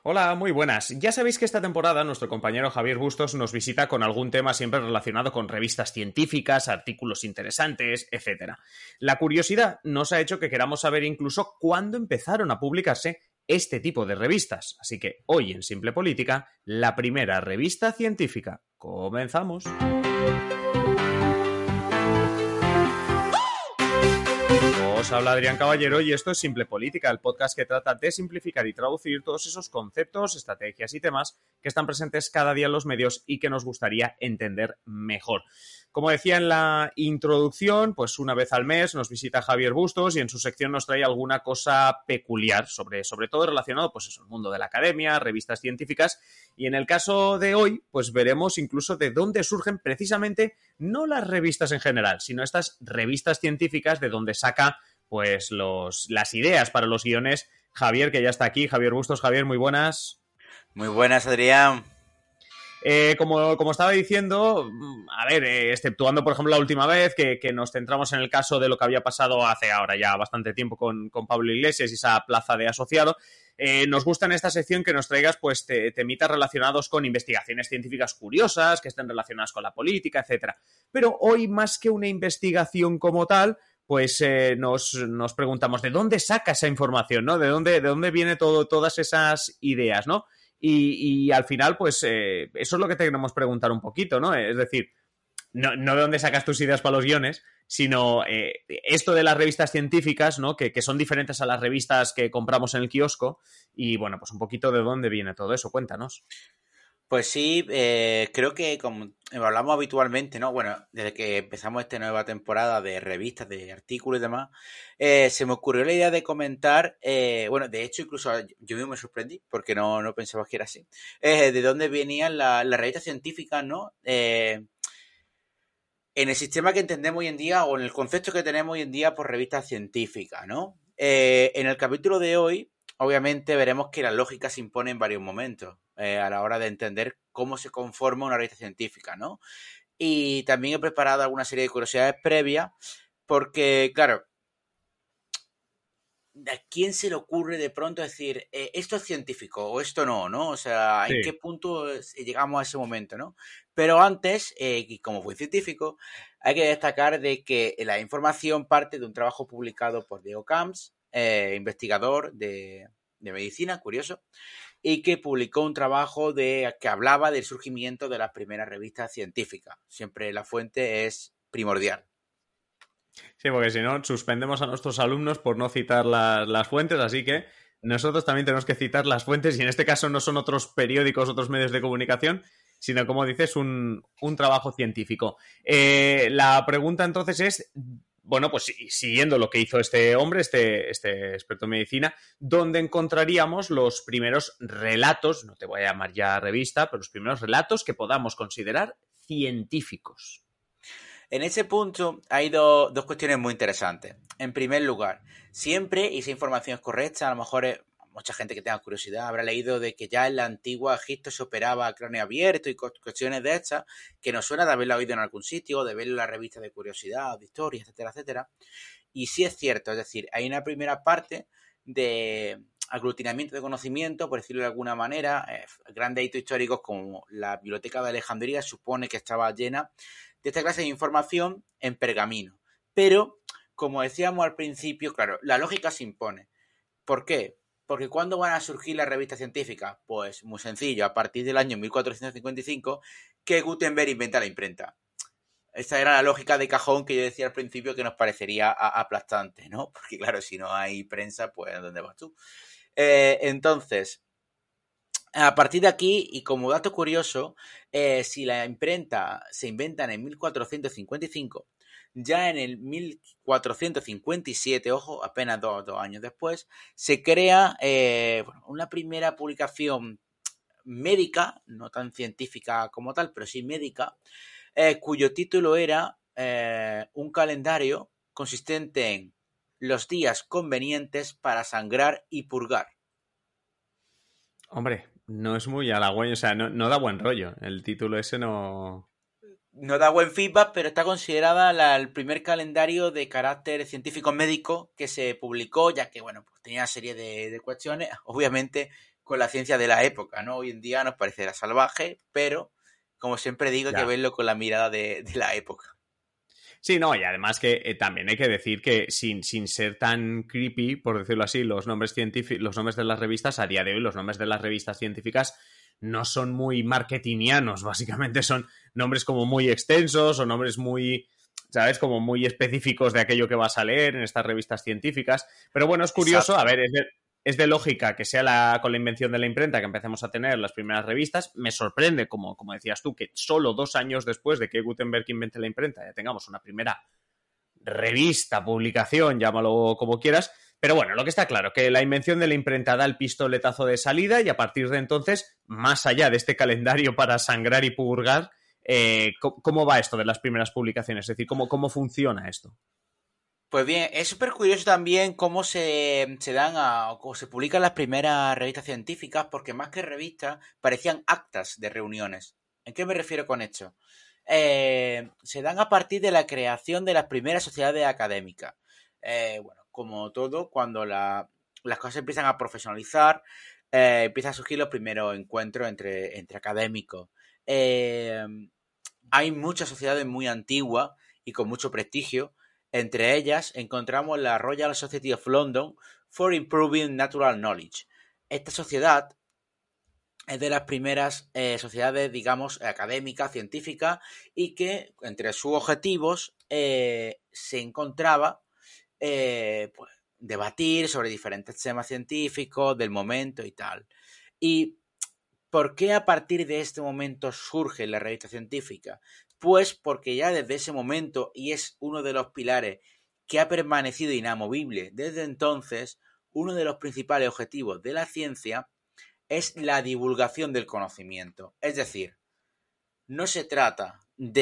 Hola, muy buenas. Ya sabéis que esta temporada nuestro compañero Javier Bustos nos visita con algún tema siempre relacionado con revistas científicas, artículos interesantes, etcétera. La curiosidad nos ha hecho que queramos saber incluso cuándo empezaron a publicarse este tipo de revistas. Así que hoy en Simple Política, la primera revista científica. Comenzamos. Os habla Adrián Caballero y esto es Simple Política, el podcast que trata de simplificar y traducir todos esos conceptos, estrategias y temas que están presentes cada día en los medios y que nos gustaría entender mejor. Como decía en la introducción, pues una vez al mes nos visita Javier Bustos y en su sección nos trae alguna cosa peculiar, sobre todo relacionado, pues eso, el mundo de la academia, revistas científicas, y en el caso de hoy, pues veremos incluso de dónde surgen precisamente no las revistas en general, sino estas revistas científicas de donde saca pues las ideas para los guiones. Javier, que ya está aquí. Javier Bustos. Javier, muy buenas. Muy buenas, Adrián. Como estaba diciendo, a ver, exceptuando, por ejemplo, la última vez que nos centramos en el caso de lo que había pasado hace ahora ya bastante tiempo con Pablo Iglesias y esa plaza de asociado, nos gusta en esta sección que nos traigas pues temitas relacionados con investigaciones científicas curiosas, que estén relacionadas con la política, etcétera. Pero hoy, más que una investigación como tal, pues nos preguntamos, ¿de dónde saca esa información, no? ¿De dónde viene todas esas ideas, no? Y al final, pues eso es lo que te queremos preguntar un poquito, ¿no? Es decir, no de dónde sacas tus ideas para los guiones, sino esto de las revistas científicas, ¿no? Que son diferentes a las revistas que compramos en el kiosco. Y bueno, pues un poquito de dónde viene todo eso, cuéntanos. Pues sí, creo que como hablamos habitualmente, ¿no? Bueno, desde que empezamos esta nueva temporada de revistas, de artículos y demás, se me ocurrió la idea de comentar, bueno, de hecho incluso yo mismo me sorprendí porque no pensaba que era así, de dónde venían las revistas científicas, ¿no? En el sistema que entendemos hoy en día o en el concepto que tenemos hoy en día por revistas científicas, ¿no? En el capítulo de hoy, obviamente veremos que la lógica se impone en varios momentos a la hora de entender cómo se conforma una revista científica, ¿no? Y también he preparado alguna serie de curiosidades previas porque, claro, ¿a quién se le ocurre de pronto decir esto es científico o esto no, ¿no? O sea, ¿en qué Sí. punto llegamos a ese momento, ¿no? Pero antes, y como fui científico, hay que destacar de que la información parte de un trabajo publicado por Diego Camps, investigador de medicina, curioso, y que publicó un trabajo que hablaba del surgimiento de las primeras revistas científicas. Siempre la fuente es primordial. Sí, porque si no, suspendemos a nuestros alumnos por no citar las fuentes, así que nosotros también tenemos que citar las fuentes y en este caso no son otros periódicos, otros medios de comunicación, sino, como dices, un trabajo científico. La pregunta entonces es, bueno, pues siguiendo lo que hizo este hombre, este experto en medicina, ¿dónde encontraríamos los primeros relatos, no te voy a llamar ya revista, pero los primeros relatos que podamos considerar científicos? En ese punto hay dos cuestiones muy interesantes. En primer lugar, siempre, y esa información es correcta, a lo mejor mucha gente que tenga curiosidad habrá leído de que ya en la antigua Egipto se operaba a cráneo abierto y cuestiones de estas, que nos suena de haberla oído en algún sitio, de verlo en la revista de curiosidad, de historia, etcétera, etcétera. Y sí es cierto, es decir, hay una primera parte de aglutinamiento de conocimiento, por decirlo de alguna manera, grandes hitos históricos como la Biblioteca de Alejandría supone que estaba llena de esta clase de información en pergamino. Pero, como decíamos al principio, claro, la lógica se impone. ¿Por qué? Porque ¿cuándo van a surgir las revistas científicas? Pues muy sencillo, a partir del año 1455 que Gutenberg inventa la imprenta. Esta era la lógica de cajón que yo decía al principio que nos parecería aplastante, ¿no? Porque claro, si no hay prensa, pues ¿dónde vas tú? Entonces, a partir de aquí, y como dato curioso, si la imprenta se inventa en 1455, ya en el 1457, ojo, apenas dos años después, se crea una primera publicación médica, no tan científica como tal, pero sí médica, cuyo título era un calendario consistente en los días convenientes para sangrar y purgar. Hombre, no es muy halagüeño, o sea, no da buen rollo. El título ese no. No da buen feedback, pero está considerada el primer calendario de carácter científico médico que se publicó, ya que, bueno, pues tenía una serie de cuestiones, obviamente con la ciencia de la época, ¿no? Hoy en día nos parecerá salvaje, pero como siempre digo, hay que Ya. verlo con la mirada de la época. Sí, no, y además que también hay que decir que sin ser tan creepy, por decirlo así, los nombres científicos, los nombres de las revistas, a día de hoy, los nombres de las revistas científicas no son muy marketingianos, básicamente son nombres como muy extensos o nombres muy, ¿sabes? Como muy específicos de aquello que vas a leer en estas revistas científicas. Pero bueno, es curioso, a Exacto. ver, es de lógica que sea con la invención de la imprenta que empecemos a tener las primeras revistas. Me sorprende, como decías tú, que solo 2 años después de que Gutenberg invente la imprenta ya tengamos una primera revista, publicación, llámalo como quieras. Pero bueno, lo que está claro, que la invención de la imprenta da el pistoletazo de salida y a partir de entonces, más allá de este calendario para sangrar y purgar, ¿cómo va esto de las primeras publicaciones? Es decir, ¿cómo funciona esto? Pues bien, es súper curioso también cómo se dan o se publican las primeras revistas científicas, porque más que revistas parecían actas de reuniones. ¿En qué me refiero con esto? Se dan a partir de la creación de las primeras sociedades académicas. Bueno, como todo, cuando las cosas empiezan a profesionalizar, empiezan a surgir los primeros encuentros entre académicos. Eh, Hay muchas sociedades muy antiguas y con mucho prestigio. Entre ellas encontramos la Royal Society of London for Improving Natural Knowledge. Esta sociedad es de las primeras sociedades, digamos, académicas, científicas, y que entre sus objetivos se encontraba pues, debatir sobre diferentes temas científicos del momento y tal. Y ¿por qué a partir de este momento surge la revista científica? Pues porque ya desde ese momento, y es uno de los pilares que ha permanecido inamovible desde entonces, uno de los principales objetivos de la ciencia es la divulgación del conocimiento. Es decir, no se trata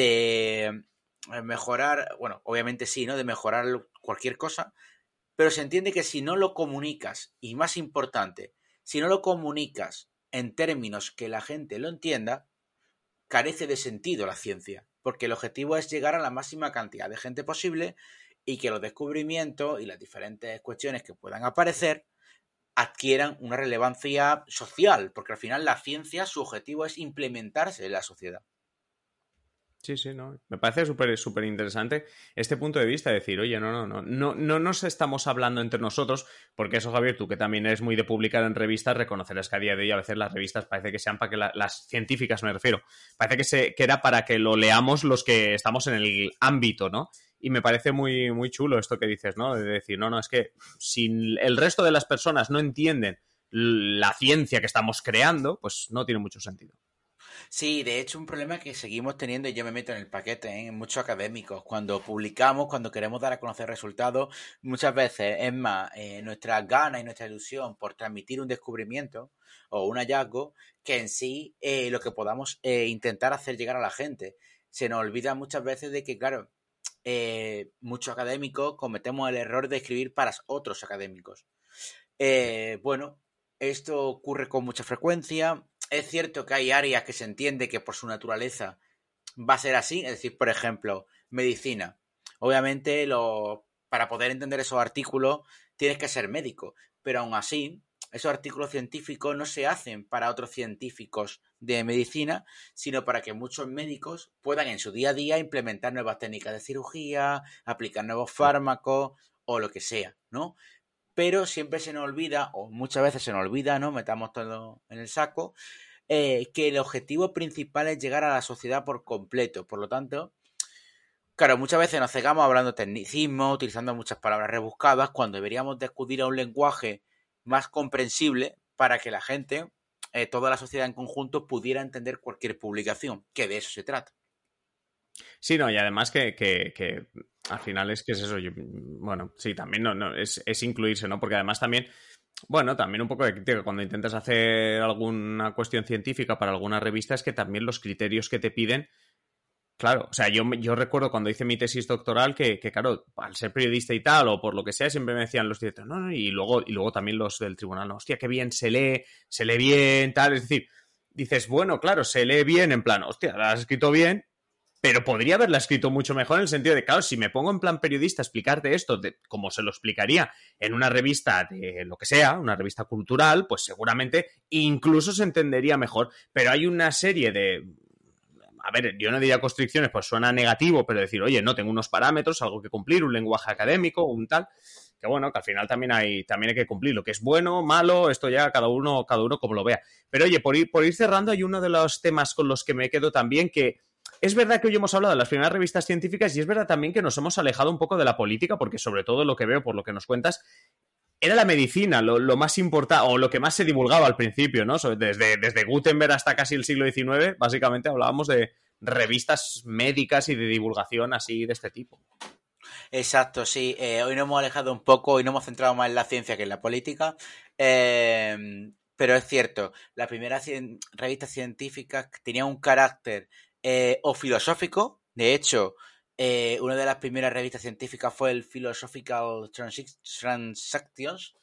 de mejorar, bueno, obviamente sí, ¿no? De mejorar cualquier cosa, pero se entiende que si no lo comunicas, y más importante, si no lo comunicas en términos que la gente lo entienda, carece de sentido la ciencia, porque el objetivo es llegar a la máxima cantidad de gente posible y que los descubrimientos y las diferentes cuestiones que puedan aparecer adquieran una relevancia social, porque al final la ciencia, su objetivo es implementarse en la sociedad. Sí, sí, no. Me parece súper interesante este punto de vista de decir, oye, no nos estamos hablando entre nosotros, porque eso, Javier, tú que también eres muy de publicar en revistas, reconocerás que a día de hoy a veces las revistas parece que sean para que las científicas me refiero, parece que era para que lo leamos los que estamos en el ámbito, ¿no? Y me parece muy chulo esto que dices, ¿no? De decir, no, es que si el resto de las personas no entienden la ciencia que estamos creando, pues no tiene mucho sentido. Sí, de hecho, un problema que seguimos teniendo, y yo me meto en el paquete, en muchos académicos, cuando publicamos, cuando queremos dar a conocer resultados, muchas veces es más nuestra gana y nuestra ilusión por transmitir un descubrimiento o un hallazgo que en sí lo que podamos intentar hacer llegar a la gente. Se nos olvida muchas veces de que, claro, muchos académicos cometemos el error de escribir para otros académicos. Bueno, esto ocurre con mucha frecuencia. Es cierto que hay áreas que se entiende que por su naturaleza va a ser así, es decir, por ejemplo, medicina. Obviamente, para poder entender esos artículos tienes que ser médico, pero aún así, esos artículos científicos no se hacen para otros científicos de medicina, sino para que muchos médicos puedan en su día a día implementar nuevas técnicas de cirugía, aplicar nuevos fármacos o lo que sea, ¿no? Pero siempre se nos olvida, o muchas veces se nos olvida, ¿no? Metamos todo en el saco, que el objetivo principal es llegar a la sociedad por completo. Por lo tanto, claro, muchas veces nos cegamos hablando tecnicismo, utilizando muchas palabras rebuscadas, cuando deberíamos de acudir a un lenguaje más comprensible para que la gente, toda la sociedad en conjunto, pudiera entender cualquier publicación, que de eso se trata. Sí, no, y además que al final es que es eso. Bueno, sí, también es incluirse, ¿no? Porque además también, bueno, también un poco de crítica cuando intentas hacer alguna cuestión científica para alguna revista es que también los criterios que te piden, claro, o sea, yo recuerdo cuando hice mi tesis doctoral que, claro, al ser periodista y tal, o por lo que sea, siempre me decían los directores, no, y luego también los del tribunal, no, hostia, qué bien se lee bien, tal, es decir, dices, bueno, claro, se lee bien, en plan, hostia, lo has escrito bien, pero podría haberla escrito mucho mejor en el sentido de, claro, si me pongo en plan periodista a explicarte esto como se lo explicaría en una revista de lo que sea, una revista cultural, pues seguramente incluso se entendería mejor. Pero hay una serie de... A ver, yo no diría constricciones, pues suena negativo, pero decir, oye, no, tengo unos parámetros, algo que cumplir, un lenguaje académico, un tal... Que bueno, que al final también hay que cumplir. Lo que es bueno, malo, esto ya cada uno como lo vea. Pero oye, por ir cerrando, hay uno de los temas con los que me quedo también que... Es verdad que hoy hemos hablado de las primeras revistas científicas y es verdad también que nos hemos alejado un poco de la política porque sobre todo lo que veo, por lo que nos cuentas, era la medicina lo más importante o lo que más se divulgaba al principio, ¿no? Desde Gutenberg hasta casi el siglo XIX, básicamente hablábamos de revistas médicas y de divulgación así de este tipo. Exacto, sí. Hoy nos hemos alejado un poco y nos hemos centrado más en la ciencia que en la política. Pero es cierto, las primeras revistas científicas tenían un carácter o filosófico. De hecho, una de las primeras revistas científicas fue el Philosophical Transactions,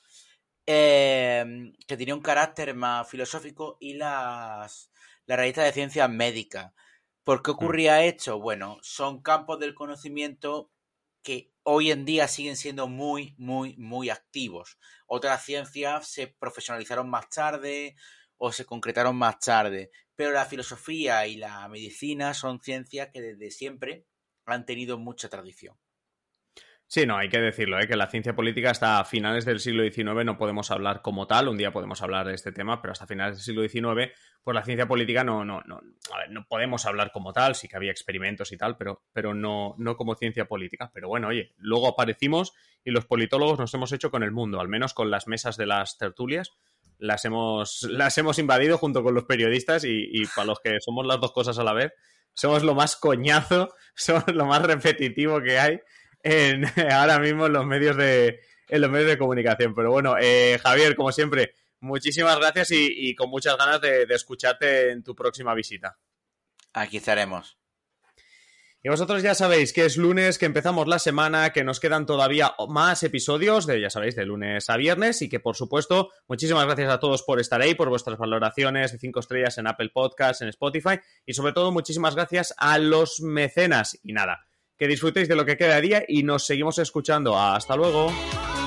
que tenía un carácter más filosófico, y la revista de ciencias médicas. ¿Por qué ocurría esto? Bueno, son campos del conocimiento que hoy en día siguen siendo muy, muy, muy activos. Otras ciencias se profesionalizaron más tarde o se concretaron más tarde, pero la filosofía y la medicina son ciencias que desde siempre han tenido mucha tradición. Sí, no, hay que decirlo, que la ciencia política hasta finales del siglo XIX no podemos hablar como tal, un día podemos hablar de este tema, pero hasta finales del siglo XIX, pues la ciencia política no podemos hablar como tal, sí que había experimentos y tal, pero no como ciencia política. Pero bueno, oye, luego aparecimos y los politólogos nos hemos hecho con el mundo, al menos con las mesas de las tertulias, las hemos invadido junto con los periodistas y para los que somos las dos cosas a la vez, somos lo más coñazo, somos lo más repetitivo que hay ahora mismo en los medios de comunicación. Pero bueno, Javier, como siempre, muchísimas gracias y con muchas ganas de escucharte en tu próxima visita. Aquí estaremos. Y vosotros ya sabéis que es lunes, que empezamos la semana, que nos quedan todavía más episodios, ya sabéis, de lunes a viernes, y que por supuesto, muchísimas gracias a todos por estar ahí, por vuestras valoraciones de 5 estrellas en Apple Podcasts, en Spotify, y sobre todo muchísimas gracias a los mecenas. Y nada, que disfrutéis de lo que queda de día y nos seguimos escuchando. ¡Hasta luego!